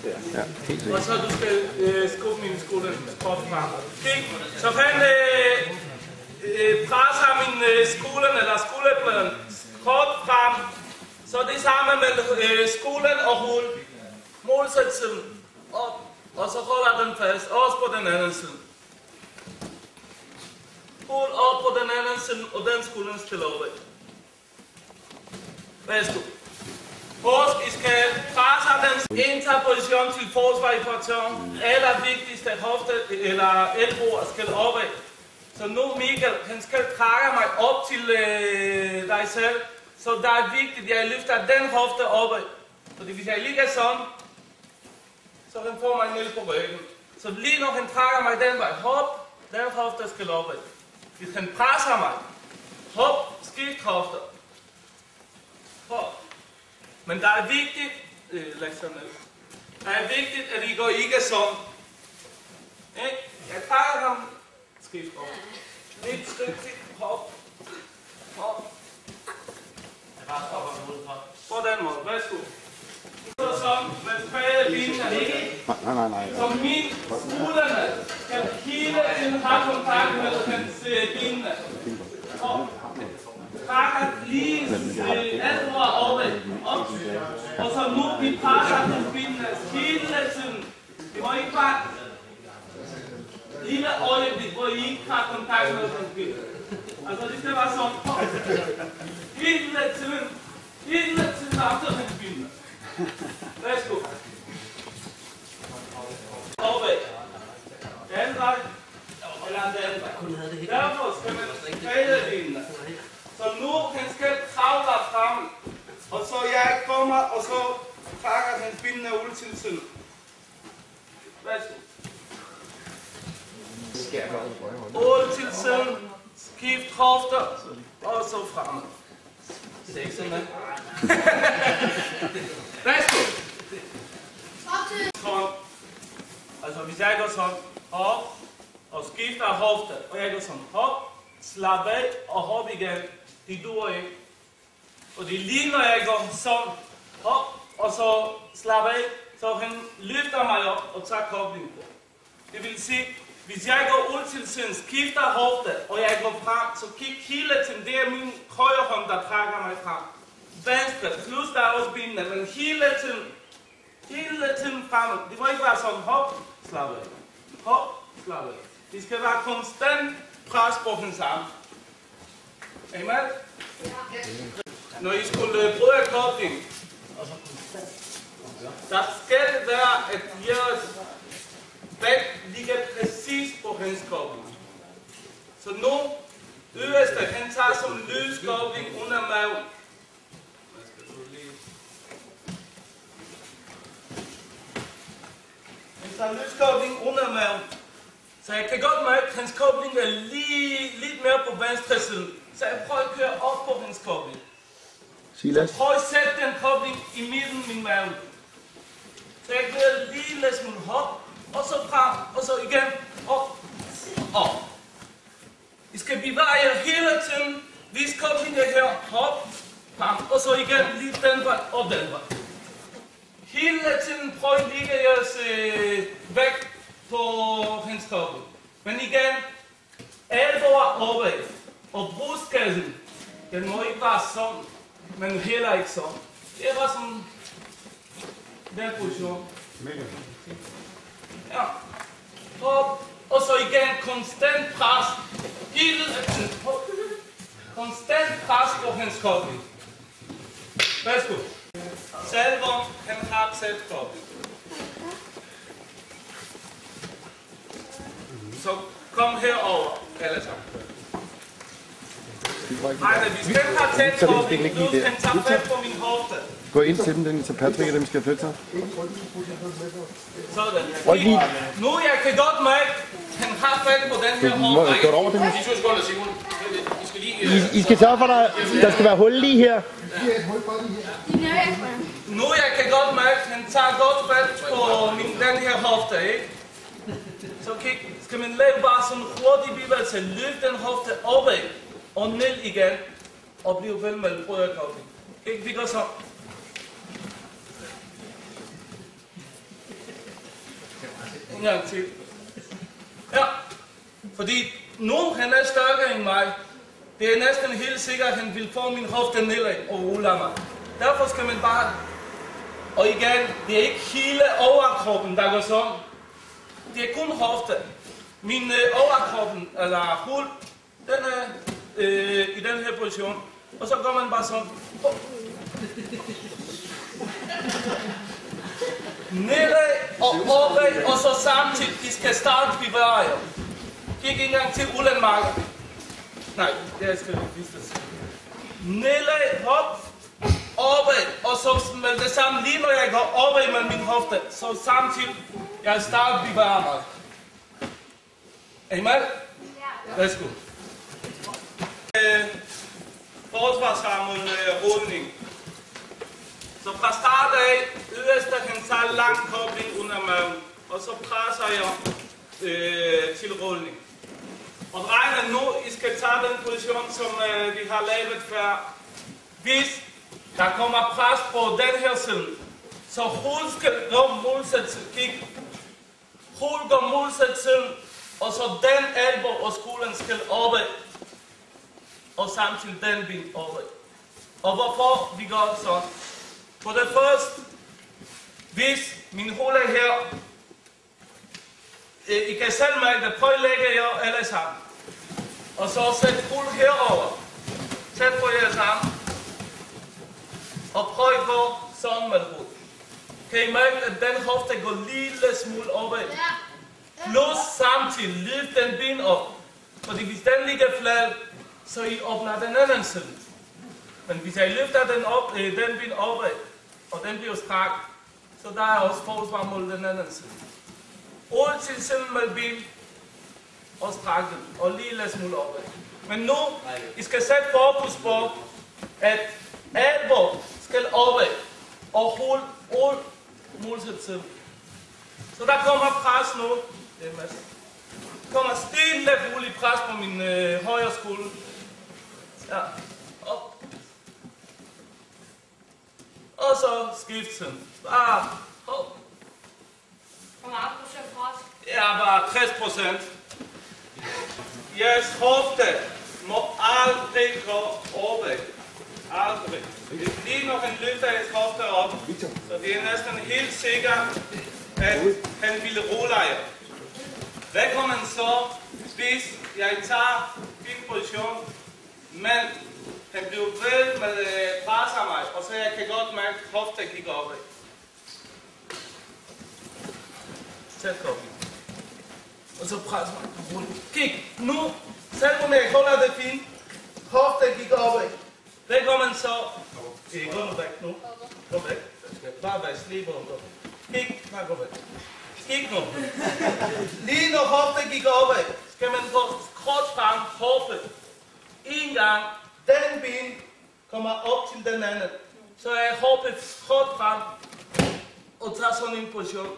Ja, helt sikkert. Og så du skal skubbe min skulderkrop frem. Okay. Så han presser min skulderen eller skulderbladen krop frem. Så det samme med skulderen og hoved. Målsættelsen op. Og så holder den fast. Også på den anden side. Hold op på den anden side, og den skulderen stille over. Værsgo. Husk, I skal presse den interposition til forsvar i portøren. Allervigtigst at hofte eller elboer skal opad. Så nu Michael, han skal trække mig op til dig selv. Så det er vigtigt, at jeg løfter den hofte opad. Fordi hvis jeg ligger sådan, så han får mig ned på ryggen. Så lige når han trækker mig den vej, hop, den hofte skal opad. Hvis han presser mig, hop, skift hofter. Hop. Men det er vigtigt, at I går ikke sådan. Jeg trækker ham, skift hop. Lidt skridt til, hop, hop. På den måde, værsgo. Sådan, med spade benene. Nej. Så min skuldrene skal hele tiden have kontakt med hans benene. Og trækker lige albuer opad. Og så nu vi presser hans benene hele tiden. Det må ikke bare lille øjeblik, hvor I ikke har kontakt med hans benene. Altså det skal være sådan. Hele tiden efter hans benene. Værsgo. Opad. Den anden vej. Eller den anden vej. Derfor skal man spade benene. Så nu han skal kravle frem. Og så jeg kommer, og så trækker hans benene ud til siden. Værsgo. Ud til siden. Skift hofter. Og så fremad. Sexerne. Værsgo. Sådan. Altså hvis jeg går sådan, hop, og skifter hofte, og jeg går sådan, hop, slap af og hop igen, det duer ikke. Og det er lige når jeg går sådan, hop, og så slap af, så han løfter mig op og tager koblingen på. Det vil sige, hvis jeg går ud til siden, skifter hofte, og jeg går frem, så kig hele tiden, det er min højre hånd, der trækker mig frem. Venstre, plus der er også benene, men hele tiden frem. Det må ikke være sådan, hop, slap af. Hop, slap af. Det skal være konstant pres på hans arm. Amen? Når I skulle bruge kobling, der skal være, at jeres vægt ligger præcis på hans kobling. Så nu, øverste, han tager som løs kobling under maven. Han tager løs kobling under maven. Så jeg kan godt mærke, at hans kobling er lidt mere på venstre side. Så jeg prøver at køre op på hans kobling. Silas. Prøv at sætte den kobling i midten af min mave. Så jeg kører lige lidt smule hop. Og så frem, og så igen, op, op. I skal bevæge jer hele tiden, vis koblingen her, hop, frem, og så igen, lige den vej, og den vej. Hele tiden prøv at lægge jeres vægt på hans kobling. Men igen, albuer opad, og brystkassen, den må ikke være sådan, men heller ikke sådan. Det er bare sådan, den position. Ja. Og så igen konstant pres. Hele tiden. Konstant pres på hans kobling. Værsgo. Selvom han har sat kobling. Så kom herover, alle sammen. Nej, hvis den har tæt kobling, nu kan tage fat på min hofte. Gå ind til dem, så Patrick og dem skal flytte sig. Sådan. Nu jeg kan godt mærke, han har fat på den her hofte. Gå over det. I skal sørge for, at der skal være hul lige her. Nu jeg kan godt mærke, han tager godt fat på den her hofte, ikke? Så skal man lave bare sådan hurtig bevægelse, løfte den hofte opad og ned igen, og blive vel med brødrekobling. Ikke, vi går så. En gang til. Ja, fordi nu han er stærkere end mig. Det er næsten helt sikkert, at han vil få min hofte nedad og rulle mig. Derfor skal man bare... Og igen, det er ikke hele overkroppen, der går sådan. Det er kun hofte. Min overkroppen, eller hul, den er i den her position. Og så går man bare sådan. Nedad og opad, og så samtidig, I skal starte bevæge. Kig en gang til Ulan Marker. Nej, det skal vi vise. Nedad, hop, opad, og så med det samme, lige når jeg går opad med min hofte, så samtidig, jeg starter bevæge mig. Er I med? Værsgo. Forsvarsvar mod rodning. Så fra start af, yderste han tager lang kobling under maven, og så presser jeg til rodning. Og drengene nu, I skal tage den position, som vi har lavet før. Hvis der kommer pres på den her side, så hoved skal gå modsat kig. Hoved går modsat side, og så den albu og skulderen skal opad. Og samtidig den ben opad. Og hvorfor vi gør sådan? For det første, hvis min hul er her, I kan selv mærke det, prøv at lægge jer alle sammen. Og så sæt hul herover. Sæt på jer sammen. Og prøv at gå sådan med hul. Kan I mærke, at den hofte går lille smule opad? Plus samtidig løft den ben op. Fordi hvis den ligger flad, så I åbner den anden side. Men hvis jeg løfter den ben opad, og den bliver strak, så der er også forsvar mod den anden side. Rull til siden med ben, og stræk den, og lige lad smule opad. Men nu, I skal sætte fokus på, at albu skal opad, og rull modsat side. Så der kommer pres nu. Det er masser. Der kommer stille roligt pres på min højre skulder. Ja, op. Og så skift siden. Bare hop. Hvor meget procent pres? Ja, bare 60%. Jeres hofte må aldrig gå opad. Aldrig. Lige når han løfter jeres hofte op, så det er næsten helt sikkert, at han ville rulle jer. Hvad kan man så, hvis jeg tager fin position, men han bliver ved med presser mig, og så jeg kan godt mærke, at hoften kigger opad. Tæt kobling. Og så presser mig. Kig, nu, selvom jeg holder det fint, hoften kigger opad. Hvad gør man så? Gå nu væk nu. Gå væk. Bare vær slip og gå. Kig, bare gå væk. Kig nu. Lige når hoften gik opad, skal man gå skråt frem, hoppe. En gang, den ben kommer op til den anden. Så jeg hopper skråt frem og tager sådan en position.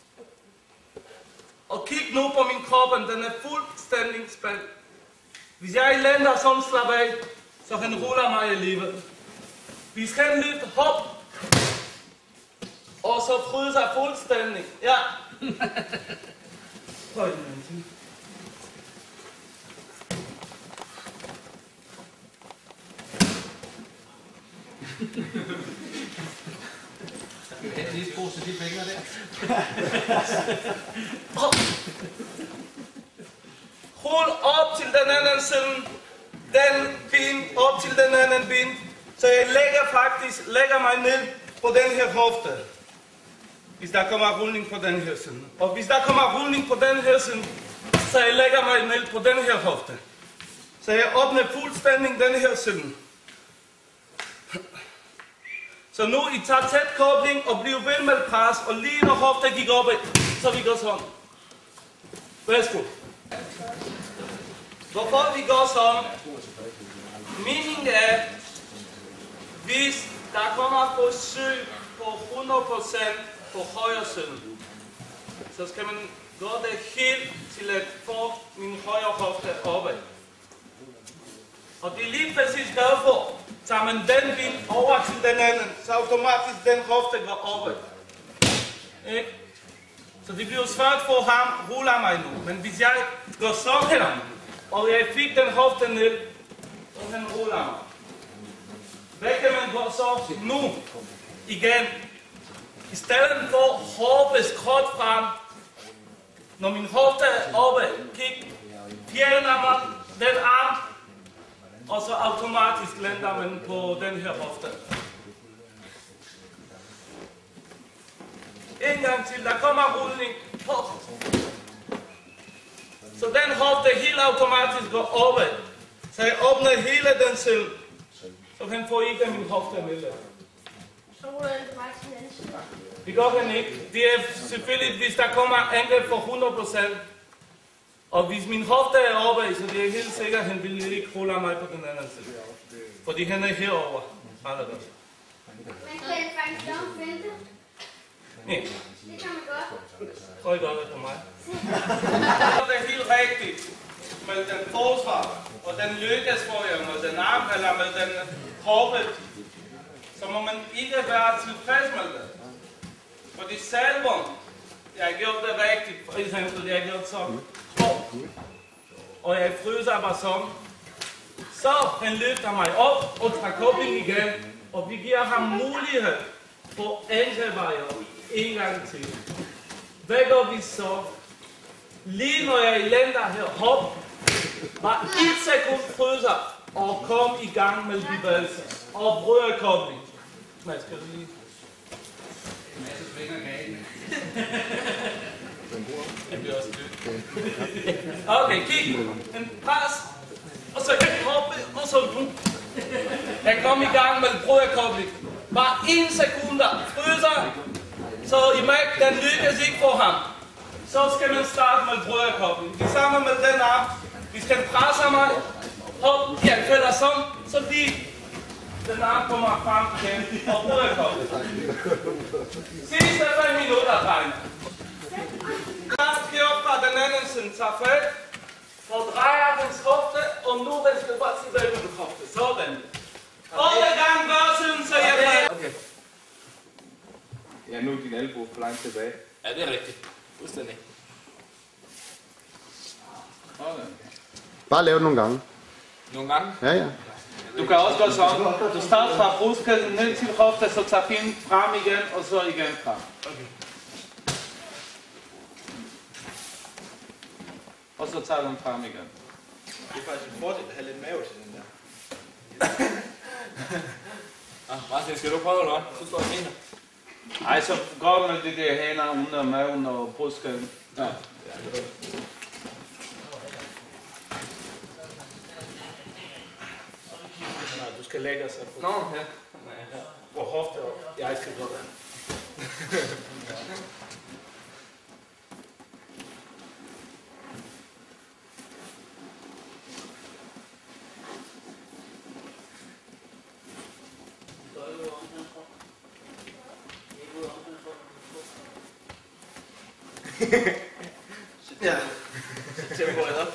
Og kig nu på min krop, den er fuldstændig spændt. Hvis jeg lander sådan slap af, så han ruller mig alligevel. Hvis han løfter hop, og så fryser fuldstændig. Ja. Prøv den anden tid. Kan jeg lige spose de fingre der? Hold op til den anden side. Den ben op til den anden ben. Så jeg lægger mig ned på den her hofte. Hvis der kommer rulning på den her side. Og hvis der kommer rulning på den her side, så jeg lægger mig ned på den her hofte. Så jeg åbner fuldstændig den her side. Så nu I tager tæt kobling og bliver ved med pres, og lige når hoften gik opad, så vi går sådan. Værsgo. Hvorfor vi går sådan? Meningen er, hvis der kommer forsøg på 100% på højre side, så skal man gå det helt til at få min højre hofte opad. Og det er lige præcis derfor, tager man den ben over til den anden, så automatisk den hofte går opad. Ikke? Så det bliver svært for ham at rulle mig nu. Men hvis jeg går sådan her, og jeg fik den hofte ned, så han ruller mig. Hvad kan man gå så nu igen? I stedet for at hoppe skråt frem, når min hofte er oppe, fjerner man den arm, og så automatisk lander man på den her hofte. En gang til, der kommer rulling. Så den hofte helt automatisk går oppe. Så jeg åbner hele den selv. Så han får ikke min hofte med. Så ruller den bare til den anden side. Det gør han ikke. Det er selvfølgelig, hvis der kommer angreb for 100%. Og hvis min hofte er oppe, så det er helt sikkert, at han vil ikke rulle mig på den anden side. Fordi han er herovre. Allerede. Man kan faktisk lave en finte. Nej. Det kan man godt. Så I gør det på mig. Det er helt rigtigt med den forsvar, og den lykkes for jer med den arm, eller med den hoppe. Så må man ikke være tilfreds med det. Fordi salven, jeg har gjort det rigtigt, for eksempel, jeg har gjort sådan, og jeg fryser bare sådan, så han løfter mig op og tager koblingen igen, og vi giver ham mulighed for angrebet en gang til. Hvad gør vi så? Lige når jeg lander her, hop, bare 1 sekund fryser, og kom i gang med bevægelsen, og bryder koblingen. Man skal lige... Okay, kig. En pres. Og så kan jeg hoppe, og så... Jeg kom i gang med bryderkobling. Bare 1 sekund, fryser. Så I mærker, den lykkes ikke for ham. Så skal man starte med bryderkobling. Det samme med den arm. Hvis han presser mig, hop, jeg falder sådan, så lige den arm kommer frem igen og bryderkobling. Sidste 5 minutter, drenge. Først op fra den anden side, tager fat, og drejer hans hofte, og nu den skal bare tilbage med den hofte. Sådan. Og den gang gør siden, så jeg kan... Okay. Ja, nu er din albu for langt tilbage. Ja, det er rigtigt. Fuldstændig. Okay. Bare lave det nogle gange. Nogle gange. Ja, ja. Du kan også gøre sådan. Du starter fra brudskassen ned til hofte, så tager pinden frem igen, og så igen frem. Okay. Og så tager den frem igen. Det er faktisk en fordel at have lidt mave til den der. Martin, skal du prøve eller hvad? Synes du, hvad jeg mener? Ej, så går man det der hænder under maven og brudskassen. Ja. Nej, du skal lægge sig på. Nå, ja. På hofte, og jeg skal gå der. Ja. Så tempoet op.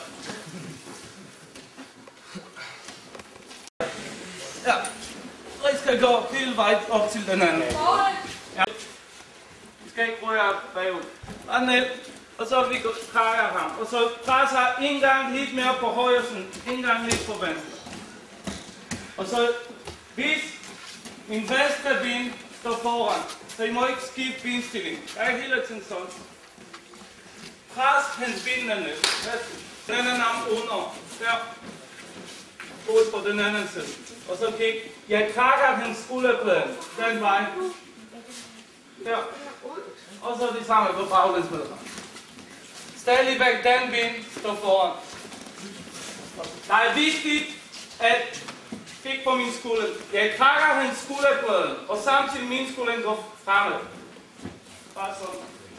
Ja, og I skal gå hele vejen op til den anden. Ja. I skal ikke røre bagud. Bare ned, og så vi drejer ham. Og så presser en gang lidt mere på højre side, en gang lidt på venstre. Og så hvis min venstre ben står foran, så I må ikke skifte benstilling. Jeg er hele tiden sådan. Pres hans benene ned. Den anden arm under. Der. Ud på den anden side. Og så kig. Jeg trækker hans skulderpladen. Den vej. Der. Og så det samme på baglæns med ham. Stadigvæk den ben står foran. Der er vigtigt at kigge på min skulder. Jeg trækker hans skulderpladen. Og samtidig min skulder går fremad. Bare sådan.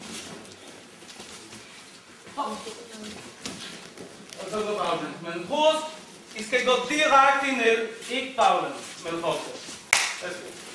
Og så går baglæns. Men husk, I skal gå direkte ned, ikke baglæns med hofte. Værsgo.